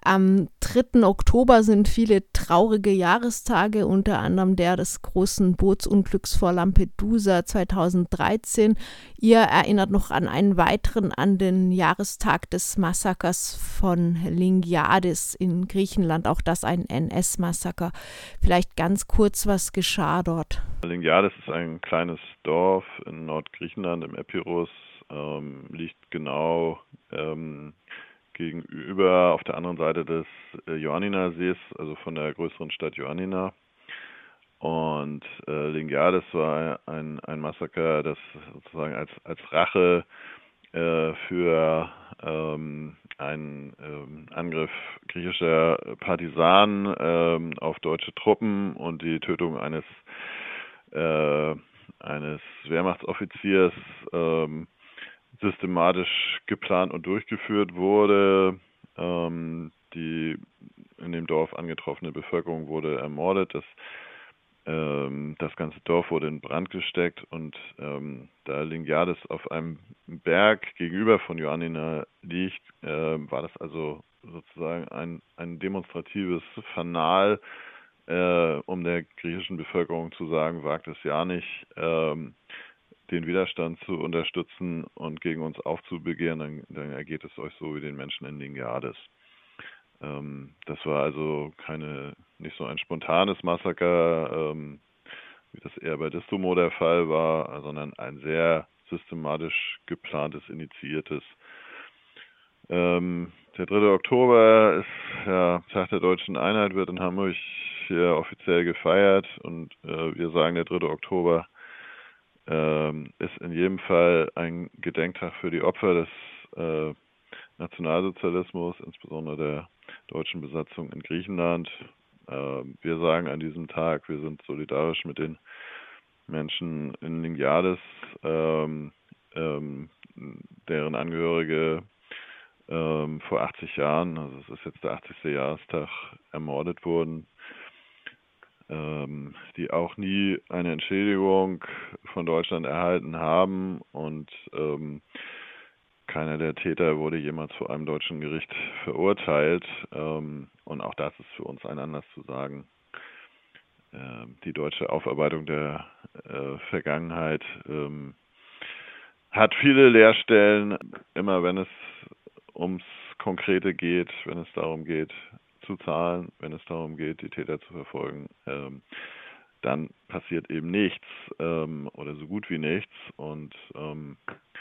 Am 3. Oktober sind viele traurige Jahrestage, unter anderem der des großen Bootsunglücks vor Lampedusa 2013. Ihr erinnert noch an einen weiteren, an den Jahrestag des Massakers von Lingiadis in Griechenland, auch das ein NS-Massaker. Vielleicht ganz kurz, was geschah dort? Lingiadis ist ein kleines Dorf in Nordgriechenland im Epirus, liegt genau gegenüber auf der anderen Seite des Ioannina-Sees, also von der größeren Stadt Ioannina. Und Lingiadis war ein Massaker, das sozusagen als Rache für einen Angriff griechischer Partisanen auf deutsche Truppen und die Tötung eines Wehrmachtsoffiziers systematisch geplant und durchgeführt wurde. Die in dem Dorf angetroffene Bevölkerung wurde ermordet. Das ganze Dorf wurde in Brand gesteckt und da Lingiadis auf einem Berg gegenüber von Ioannina liegt, war das also sozusagen ein demonstratives Fanal, um der griechischen Bevölkerung zu sagen, wagt es ja nicht, den Widerstand zu unterstützen und gegen uns aufzubegehren, dann ergeht es euch so wie den Menschen in Lingiadis. Das war also nicht so ein spontanes Massaker, wie das eher bei Distomo der Fall war, sondern ein sehr systematisch geplantes, initiiertes. Der 3. Oktober ist Tag der Deutschen Einheit, wird in Hamburg hier offiziell gefeiert und wir sagen, der 3. Oktober ist in jedem Fall ein Gedenktag für die Opfer des Nationalsozialismus, insbesondere der deutschen Besatzung in Griechenland. Wir sagen an diesem Tag, wir sind solidarisch mit den Menschen in Lingiadis, deren Angehörige vor 80 Jahren, also es ist jetzt der 80. Jahrestag, ermordet wurden, die auch nie eine Entschädigung von Deutschland erhalten haben und keiner der Täter wurde jemals vor einem deutschen Gericht verurteilt. Und auch das ist für uns ein Anlass zu sagen, die deutsche Aufarbeitung der Vergangenheit hat viele Leerstellen. Immer wenn es ums Konkrete geht, wenn es darum geht zu zahlen, wenn es darum geht, die Täter zu verfolgen, dann passiert eben nichts oder so gut wie nichts. Und